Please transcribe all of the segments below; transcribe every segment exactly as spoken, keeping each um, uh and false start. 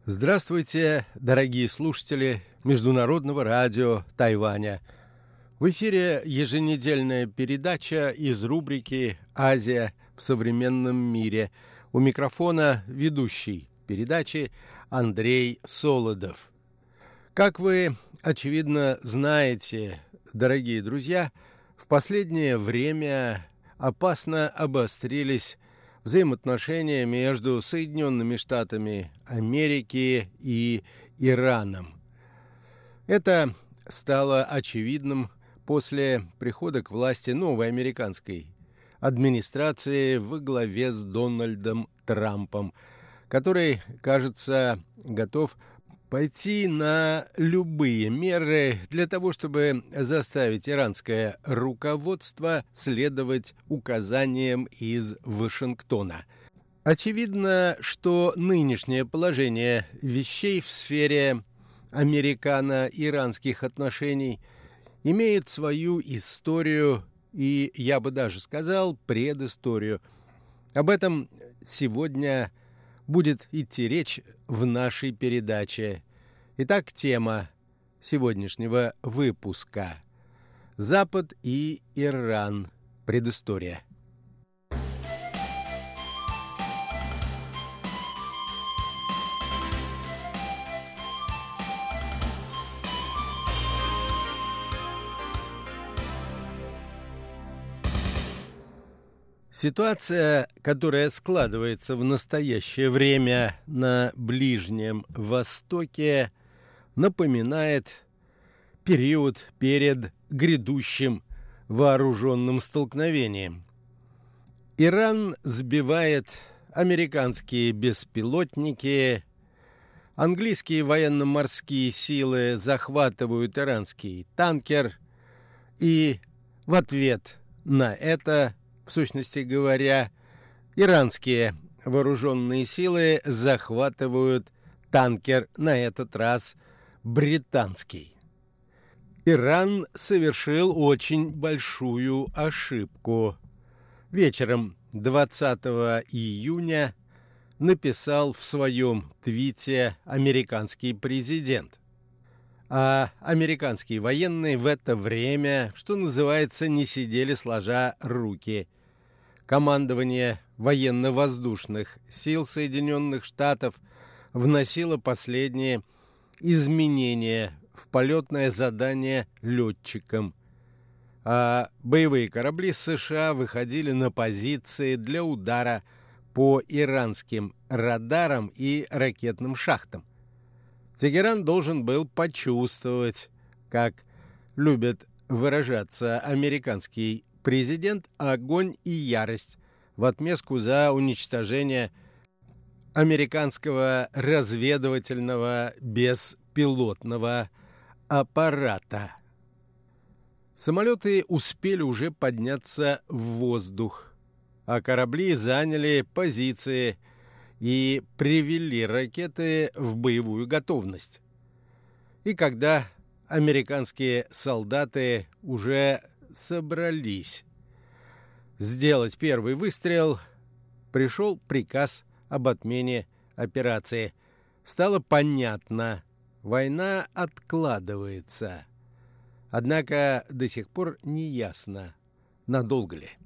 Здравствуйте, дорогие слушатели Международного радио Тайваня. В эфире еженедельная передача из рубрики «Азия в современном мире». У микрофона ведущий передачи Андрей Солодов. Как вы, очевидно, знаете, дорогие друзья, в последнее время опасно обострились взаимоотношения между Соединенными Штатами Америки и Ираном. Это стало очевидным после прихода к власти новой американской администрации во главе с Дональдом Трампом, который, кажется, готов пойти на любые меры для того, чтобы заставить иранское руководство следовать указаниям из Вашингтона. Очевидно, что нынешнее положение вещей в сфере американо-иранских отношений имеет свою историю и, я бы даже сказал, предысторию. Об этом сегодня будет идти речь в нашей передаче. Итак, тема сегодняшнего выпуска: Запад и Иран. Предыстория. Ситуация, которая складывается в настоящее время на Ближнем Востоке, напоминает период перед грядущим вооруженным столкновением. Иран сбивает американские беспилотники, английские военно-морские силы захватывают иранский танкер, и в ответ на это, в сущности говоря, иранские вооруженные силы захватывают танкер, на этот раз британский. Иран совершил очень большую ошибку. Вечером двадцатого июня написал в своем твите американский президент. А американские военные в это время, что называется, не сидели сложа руки. Командование военно-воздушных сил Соединенных Штатов вносило последние изменения в полетное задание летчикам, а боевые корабли США выходили на позиции для удара по иранским радарам и ракетным шахтам. Тегеран должен был почувствовать, как любит выражаться американский президент, огонь и ярость в отместку за уничтожение американского разведывательного беспилотного аппарата. Самолеты успели уже подняться в воздух, а корабли заняли позиции и привели ракеты в боевую готовность. И когда американские солдаты уже собрались сделать первый выстрел, пришел приказ об отмене операции. Стало понятно, война откладывается. Однако до сих пор не ясно, надолго ли.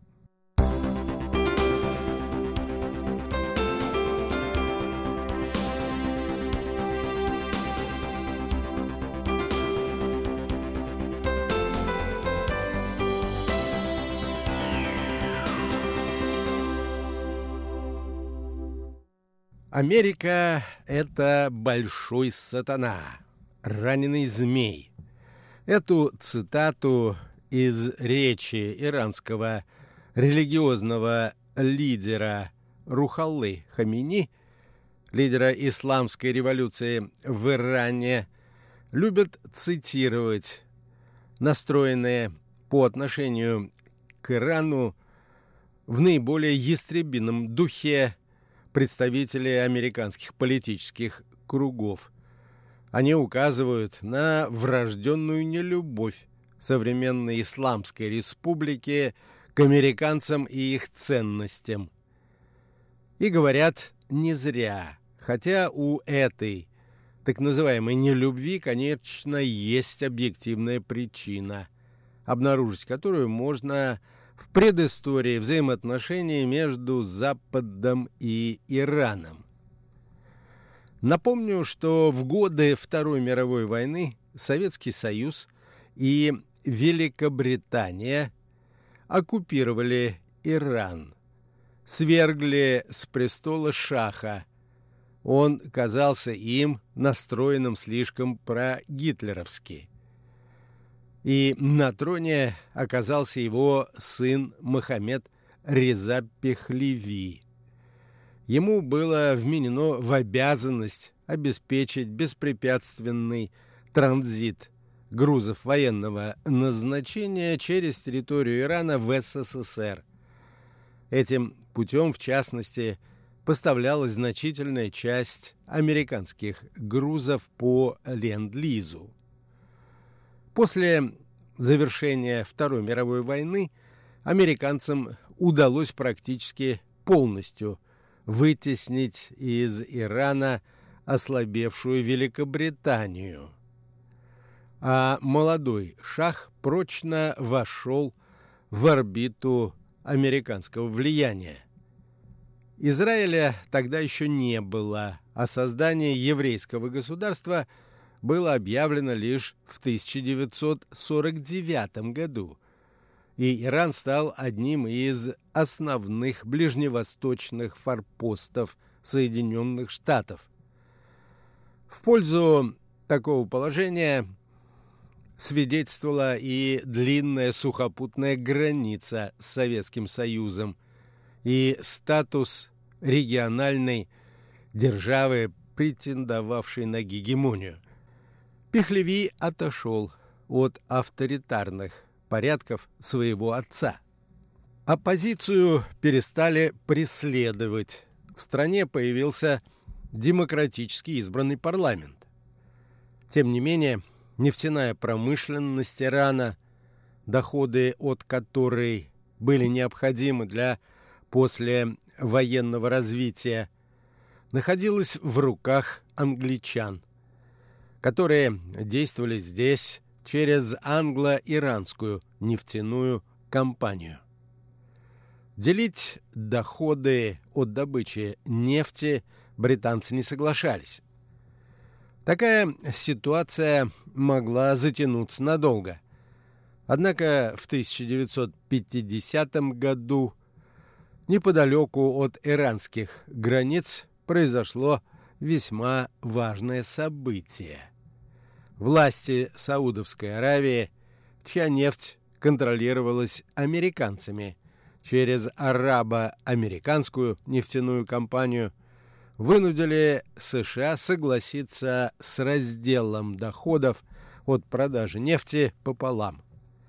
Америка – это большой сатана, раненый змей. Эту цитату из речи иранского религиозного лидера Рухаллы Хамини, лидера исламской революции в Иране, любят цитировать настроенные по отношению к Ирану в наиболее ястребином духе представители американских политических кругов. Они указывают на врожденную нелюбовь современной Исламской Республики к американцам и их ценностям. И говорят не зря, хотя у этой так называемой нелюбви, конечно, есть объективная причина, обнаружить которую можно в предыстории взаимоотношений между Западом и Ираном. Напомню, что в годы Второй мировой войны Советский Союз и Великобритания оккупировали Иран, свергли с престола шаха. Он казался им настроенным слишком прогитлеровски. И на троне оказался его сын Мохаммед Реза Пехлеви. Ему было вменено в обязанность обеспечить беспрепятственный транзит грузов военного назначения через территорию Ирана в СССР. Этим путем, в частности, поставлялась значительная часть американских грузов по ленд-лизу. После завершения Второй мировой войны американцам удалось практически полностью вытеснить из Ирана ослабевшую Великобританию, а молодой шах прочно вошел в орбиту американского влияния. Израиля тогда еще не было, а создание еврейского государства было объявлено лишь в тысяча девятьсот сорок девятом году, и Иран стал одним из основных ближневосточных форпостов Соединенных Штатов. В пользу такого положения свидетельствовала и длинная сухопутная граница с Советским Союзом и статус региональной державы, претендовавшей на гегемонию. Пехлеви отошел от авторитарных порядков своего отца. Оппозицию перестали преследовать. В стране появился демократически избранный парламент. Тем не менее, нефтяная промышленность Ирана, доходы от которой были необходимы для послевоенного развития, находилась в руках англичан, которые действовали здесь через англо-иранскую нефтяную компанию. Делить доходы от добычи нефти британцы не соглашались. Такая ситуация могла затянуться надолго. Однако в тысяча девятьсот пятидесятом году неподалеку от иранских границ произошло весьма важное событие. Власти Саудовской Аравии, чья нефть контролировалась американцами через арабо-американскую нефтяную компанию, вынудили США согласиться с разделом доходов от продажи нефти пополам.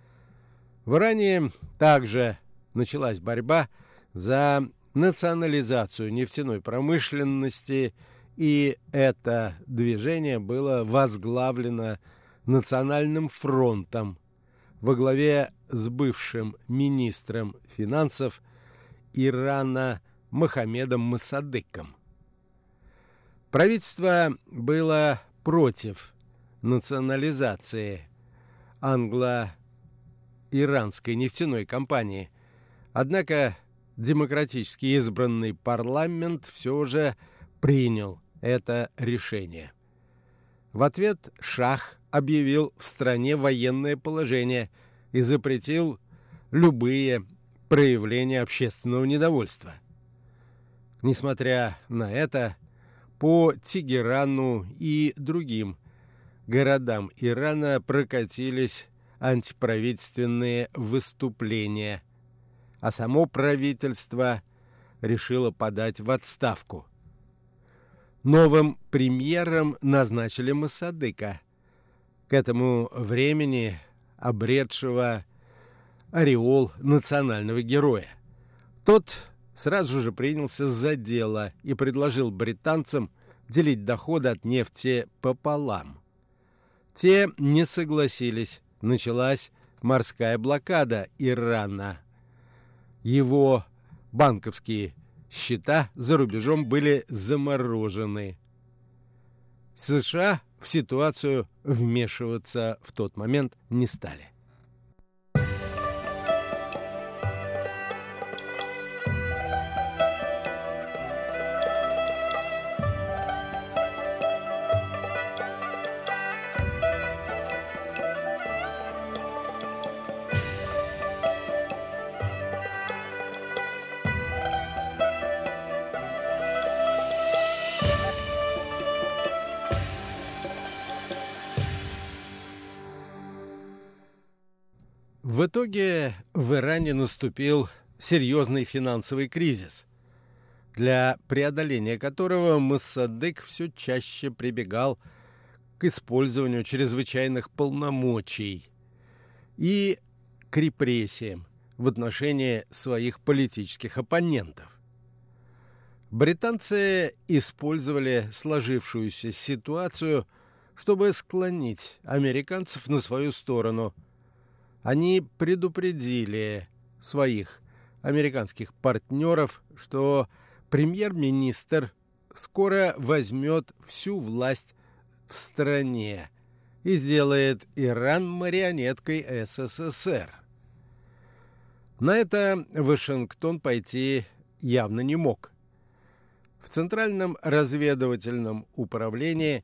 В Иране также началась борьба за национализацию нефтяной промышленности, и это движение было возглавлено Национальным фронтом во главе с бывшим министром финансов Ирана Мохаммедом Моссадеком. Правительство было против национализации англо-иранской нефтяной компании, однако демократически избранный парламент все же принял это решение. В ответ шах объявил в стране военное положение и запретил любые проявления общественного недовольства. Несмотря на это, по Тегерану и другим городам Ирана прокатились антиправительственные выступления, а само правительство решило подать в отставку. Новым премьером назначили Моссадека, к этому времени обретшего ореол национального героя. Тот сразу же принялся за дело и предложил британцам делить доходы от нефти пополам. Те не согласились. Началась морская блокада Ирана. Его банковские счета за рубежом были заморожены. США в ситуацию вмешиваться в тот момент не стали. В итоге в Иране наступил серьезный финансовый кризис, для преодоления которого Моссадек все чаще прибегал к использованию чрезвычайных полномочий и к репрессиям в отношении своих политических оппонентов. Британцы использовали сложившуюся ситуацию, чтобы склонить американцев на свою сторону. Они предупредили своих американских партнеров, что премьер-министр скоро возьмет всю власть в стране и сделает Иран марионеткой СССР. На это Вашингтон пойти явно не мог. В Центральном разведывательном управлении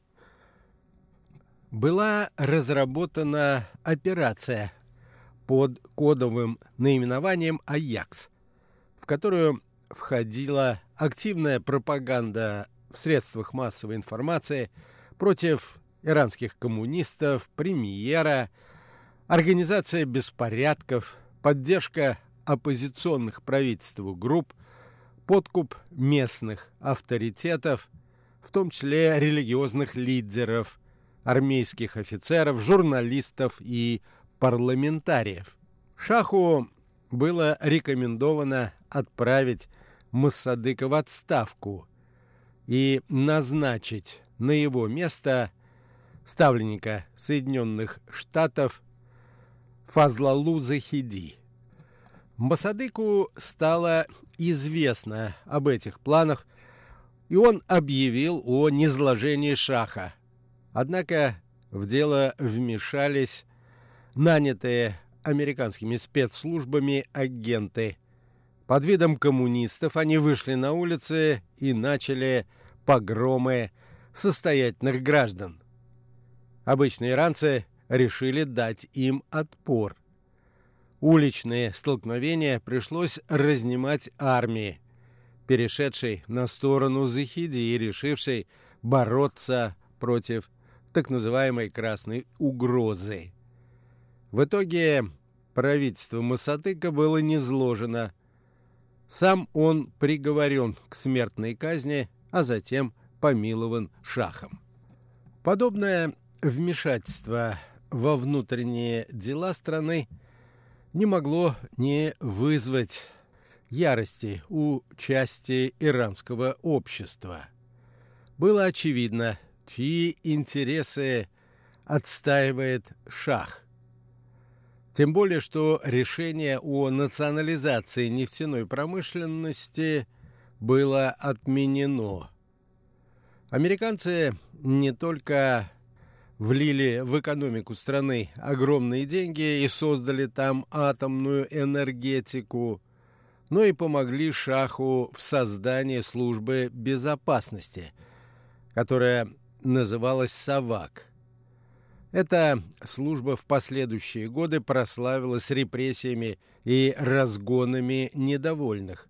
была разработана операция под кодовым наименованием «Аякс», в которую входила активная пропаганда в средствах массовой информации против иранских коммунистов, премьера, организация беспорядков, поддержка оппозиционных правительству групп, подкуп местных авторитетов, в том числе религиозных лидеров, армейских офицеров, журналистов и парламентариев. Шаху было рекомендовано отправить Моссадека в отставку и назначить на его место ставленника Соединенных Штатов Фазлалу Захиди. Моссадеку стало известно об этих планах, и он объявил о низложении Шаха. Однако в дело вмешались нанятые американскими спецслужбами агенты. Под видом коммунистов они вышли на улицы и начали погромы состоятельных граждан. Обычные иранцы решили дать им отпор. Уличные столкновения пришлось разнимать армии, перешедшей на сторону Захиди и решившей бороться против так называемой «красной угрозы». В итоге правительство Моссадека было низложено. Сам он приговорен к смертной казни, а затем помилован шахом. Подобное вмешательство во внутренние дела страны не могло не вызвать ярости у части иранского общества. Было очевидно, чьи интересы отстаивает шах. Тем более, что решение о национализации нефтяной промышленности было отменено. Американцы не только влили в экономику страны огромные деньги и создали там атомную энергетику, но и помогли шаху в создании службы безопасности, которая называлась «Савак». Эта служба в последующие годы прославилась репрессиями и разгонами недовольных.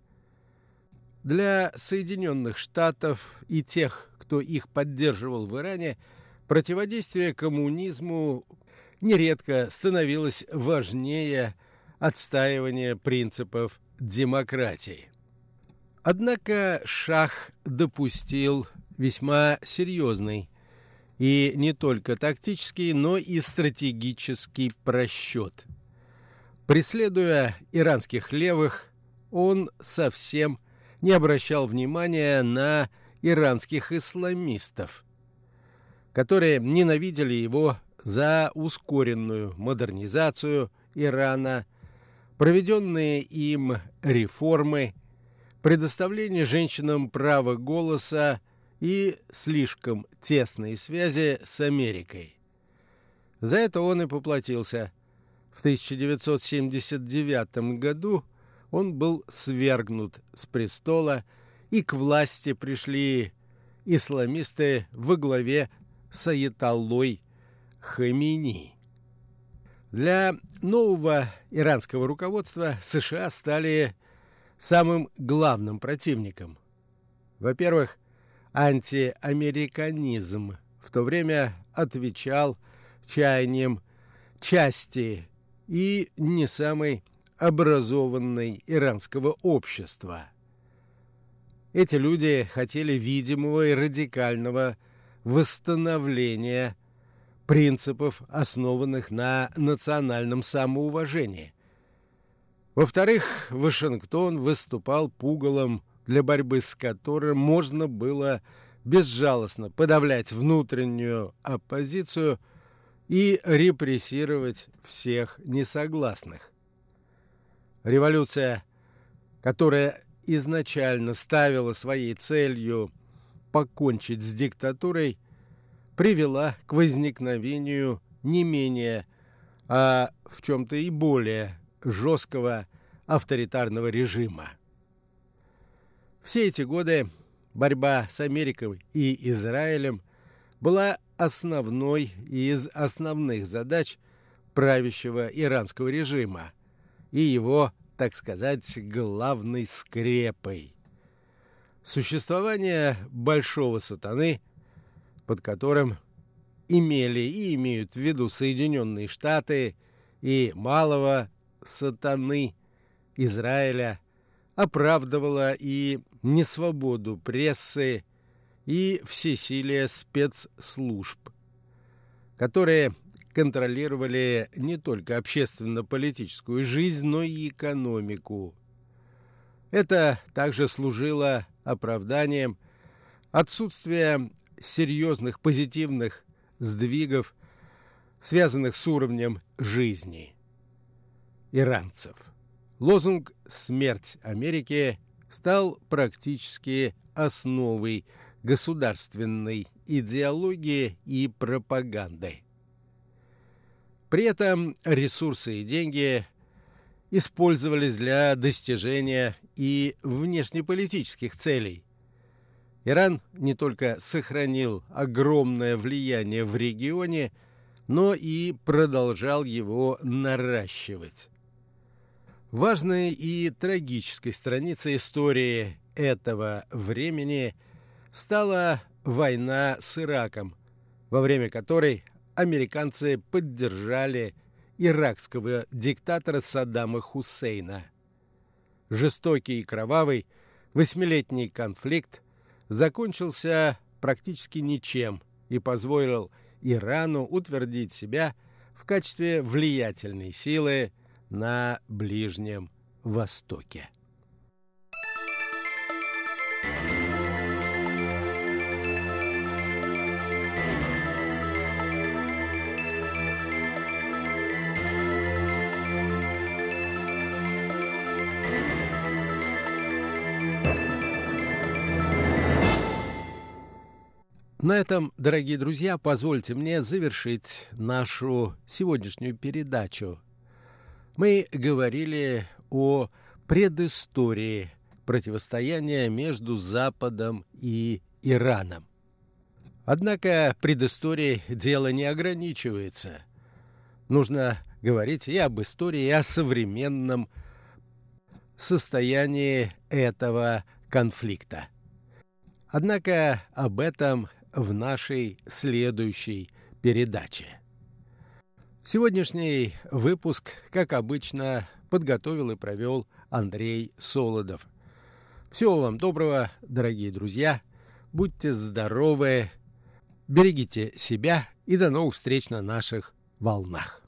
Для Соединенных Штатов и тех, кто их поддерживал в Иране, противодействие коммунизму нередко становилось важнее отстаивания принципов демократии. Однако шах допустил весьма серьезный и не только тактический, но и стратегический просчет. Преследуя иранских левых, он совсем не обращал внимания на иранских исламистов, которые ненавидели его за ускоренную модернизацию Ирана, проведенные им реформы, предоставление женщинам права голоса и слишком тесные связи с Америкой. За это он и поплатился. В тысяча девятьсот семьдесят девятом году он был свергнут с престола, и к власти пришли исламисты во главе с аятоллой Хаминеи. Для нового иранского руководства США стали самым главным противником. Во-первых, антиамериканизм в то время отвечал чаяниям части и не самой образованной иранского общества. Эти люди хотели видимого и радикального восстановления принципов, основанных на национальном самоуважении. Во-вторых, Вашингтон выступал пугалом, для борьбы с которым можно было безжалостно подавлять внутреннюю оппозицию и репрессировать всех несогласных. Революция, которая изначально ставила своей целью покончить с диктатурой, привела к возникновению не менее, а в чем-то и более жесткого авторитарного режима. Все эти годы борьба с Америкой и Израилем была основной из основных задач правящего иранского режима и его, так сказать, главной скрепой. Существование большого сатаны, под которым имели и имеют в виду Соединенные Штаты, и малого сатаны Израиля, оправдывало и несвободу прессы, и всесилие спецслужб, которые контролировали не только общественно-политическую жизнь, но и экономику. Это также служило оправданием отсутствия серьезных позитивных сдвигов, связанных с уровнем жизни иранцев. Лозунг «Смерть Америки» стал практически основой государственной идеологии и пропаганды. При этом ресурсы и деньги использовались для достижения и внешнеполитических целей. Иран не только сохранил огромное влияние в регионе, но и продолжал его наращивать. Важной и трагической страницей истории этого времени стала война с Ираком, во время которой американцы поддержали иракского диктатора Саддама Хусейна. Жестокий и кровавый восьмилетний конфликт закончился практически ничем и позволил Ирану утвердить себя в качестве влиятельной силы на Ближнем Востоке. На этом, дорогие друзья, позвольте мне завершить нашу сегодняшнюю передачу. Мы говорили о предыстории противостояния между Западом и Ираном. Однако предысторией дело не ограничивается. Нужно говорить и об истории, и о современном состоянии этого конфликта. Однако об этом в нашей следующей передаче. Сегодняшний выпуск, как обычно, подготовил и провел Андрей Солодов. Всего вам доброго, дорогие друзья. Будьте здоровы, берегите себя и до новых встреч на наших волнах.